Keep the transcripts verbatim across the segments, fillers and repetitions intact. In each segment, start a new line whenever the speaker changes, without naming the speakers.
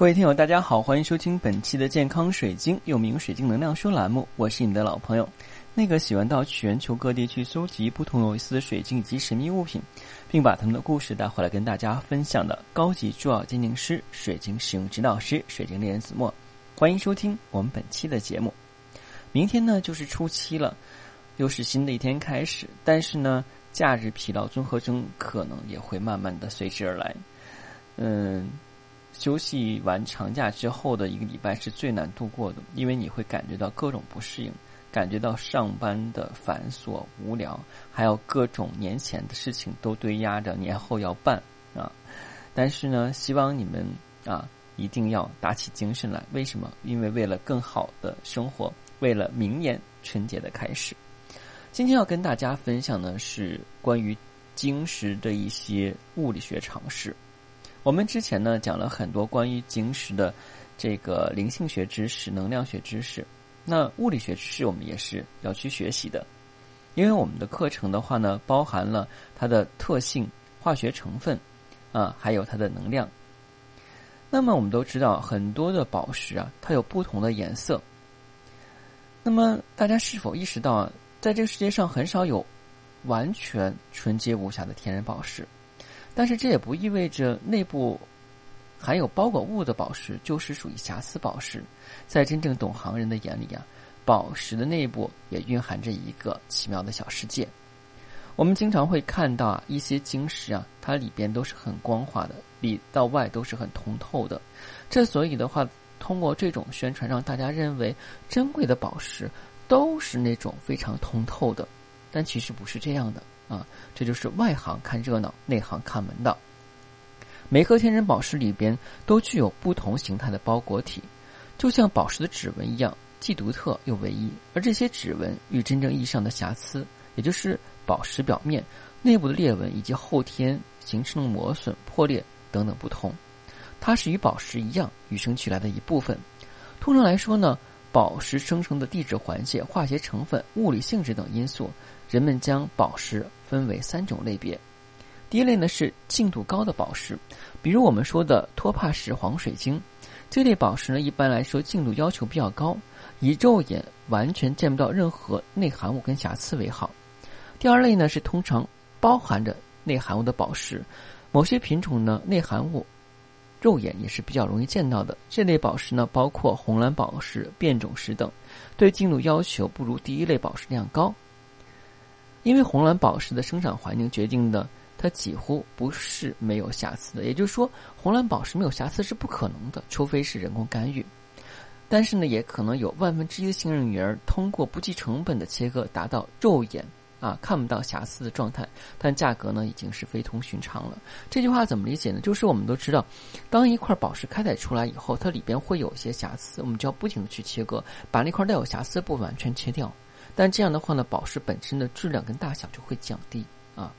各位听友大家好，欢迎收听本期的健康水晶，又名水晶能量说栏目，我是你的老朋友那个喜欢到全球各地去搜集不同有意思的水晶以及神秘物品，并把他们的故事带回来跟大家分享的高级珠宝鉴定师、水晶使用指导师、水晶猎人子墨。欢迎收听我们本期的节目。明天呢就是初七了，又是新的一天开始，但是呢假日疲劳综合征可能也会慢慢的随之而来。嗯休息完长假之后的一个礼拜是最难度过的，因为你会感觉到各种不适应，感觉到上班的繁琐无聊，还有各种年前的事情都堆压着年后要办啊。但是呢希望你们啊一定要打起精神来，为什么？因为为了更好的生活，为了明年春节的开始。今天要跟大家分享的是关于晶石的一些物理学常识。我们之前呢讲了很多关于晶石的这个灵性学知识、能量学知识，那物理学知识我们也是要去学习的，因为我们的课程的话呢包含了它的特性、化学成分啊，还有它的能量。那么我们都知道很多的宝石啊它有不同的颜色，那么大家是否意识到啊，在这个世界上很少有完全纯洁无瑕的天然宝石，但是这也不意味着内部含有包裹物的宝石就是属于瑕疵宝石。在真正懂行人的眼里啊，宝石的内部也蕴含着一个奇妙的小世界。我们经常会看到啊，一些晶石啊，它里边都是很光滑的，里到外都是很通透的。这所以的话，通过这种宣传，让大家认为珍贵的宝石都是那种非常通透的，但其实不是这样的。啊，这就是外行看热闹，内行看门道。每颗天然宝石里边都具有不同形态的包裹体，就像宝石的指纹一样，既独特又唯一。而这些指纹与真正意义上的瑕疵，也就是宝石表面内部的裂纹以及后天形成的磨损、破裂等等不同，它是与宝石一样与生俱来的一部分。通常来说呢，宝石生成的地质环境、化学成分、物理性质等因素，人们将宝石分为三种类别。第一类呢是净度高的宝石，比如我们说的托帕石、黄水晶。这类宝石呢，一般来说净度要求比较高，以肉眼完全见不到任何内含物跟瑕疵为好。第二类呢是通常包含着内含物的宝石，某些品种呢内含物肉眼也是比较容易见到的。这类宝石呢包括红蓝宝石、变种石等，对净度要求不如第一类宝石那样高。因为红蓝宝石的生长环境决定的，它几乎不是没有瑕疵的，也就是说红蓝宝石没有瑕疵是不可能的，除非是人工干预。但是呢也可能有万分之一的幸运儿通过不计成本的切割达到肉眼啊看不到瑕疵的状态，但价格呢已经是非同寻常了。这句话怎么理解呢？就是我们都知道，当一块宝石开采出来以后，它里边会有一些瑕疵，我们就要不停的去切割，把那块带有瑕疵的部分完全切掉。但这样的话呢，宝石本身的质量跟大小就会降低啊。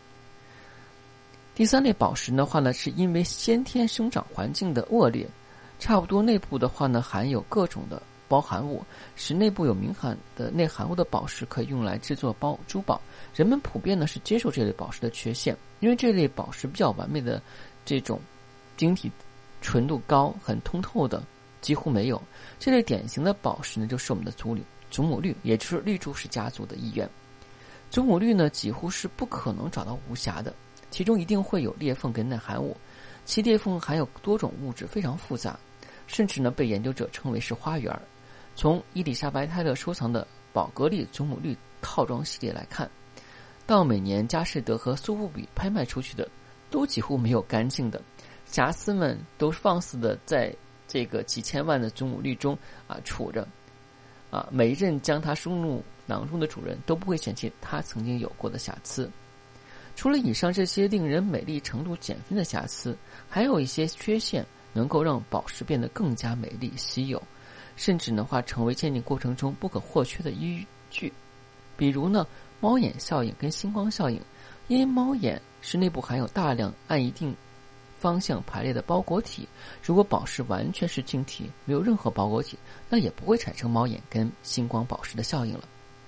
第三类宝石的话呢，是因为先天生长环境的恶劣，差不多内部的话呢含有各种的包含物，使内部有明显的内含物的宝石可以用来制作包珠宝。人们普遍呢是接受这类宝石的缺陷，因为这类宝石比较完美的这种晶体纯度高、很通透的几乎没有。这类典型的宝石呢，就是我们的祖绿祖母绿，也就是绿柱石家族的一员。祖母绿呢几乎是不可能找到无瑕的，其中一定会有裂缝跟内含物，其裂缝含有多种物质，非常复杂，甚至呢被研究者称为是花园。从伊丽莎白泰勒收藏的宝格丽祖母绿套装系列来看，到每年佳士得和苏富比拍卖出去的，都几乎没有干净的，瑕疵们都放肆的在这个几千万的祖母绿中啊储着啊，每一任将它收入囊中的主人都不会嫌弃它曾经有过的瑕疵。除了以上这些令人美丽程度减分的瑕疵，还有一些缺陷能够让宝石变得更加美丽稀有，甚至的话成为鉴定过程中不可或缺的依据。比如呢，猫眼效应跟星光效应。因为猫眼是内部含有大量按一定方向排列的包裹体，如果宝石完全是晶体，没有任何包裹体，那也不会产生猫眼跟星光宝石的效应了。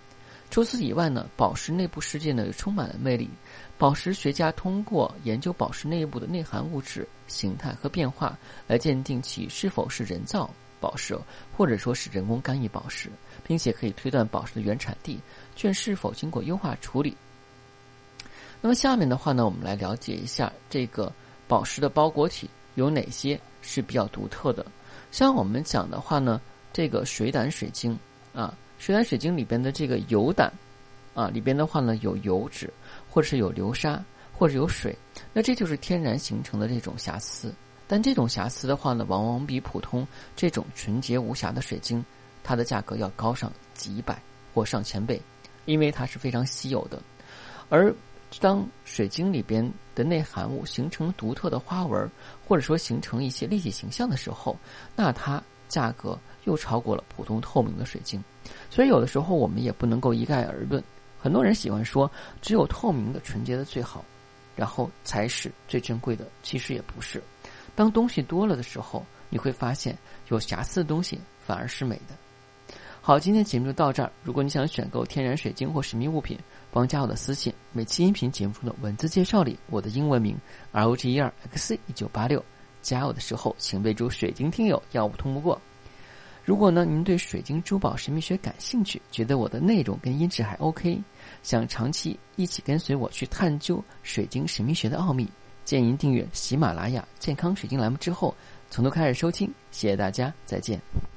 除此以外呢，宝石内部世界呢也充满了魅力。宝石学家通过研究宝石内部的内含物质、形态和变化，来鉴定其是否是人造宝石，或者说是人工干预宝石，并且可以推断宝石的原产地，却是否经过优化处理。那么下面的话呢，我们来了解一下这个宝石的包裹体有哪些是比较独特的。像我们讲的话呢，这个水胆水晶啊，水胆水晶里边的这个油胆啊，里边的话呢有油脂，或者是有流沙，或者有水，那这就是天然形成的这种瑕疵。但这种瑕疵的话呢，往往比普通这种纯洁无瑕的水晶，它的价格要高上几百或上千倍，因为它是非常稀有的。而当水晶里边的内含物形成独特的花纹，或者说形成一些立体形象的时候，那它价格又超过了普通透明的水晶。所以有的时候我们也不能够一概而论。很多人喜欢说只有透明的纯洁的最好，然后才是最珍贵的，其实也不是。当东西多了的时候，你会发现有瑕疵的东西反而是美的。好，今天节目就到这儿。如果你想选购天然水晶或神秘物品，帮加我的私信，每期音频节目中的文字介绍里我的英文名 R O G E R X 一九八六，加我的时候请备注水晶听友，要不通不过。如果呢您对水晶珠宝神秘学感兴趣，觉得我的内容跟音质还 OK， 想长期一起跟随我去探究水晶神秘学的奥秘，建议您订阅喜马拉雅健康水晶栏目之后从头开始收听。谢谢大家，再见。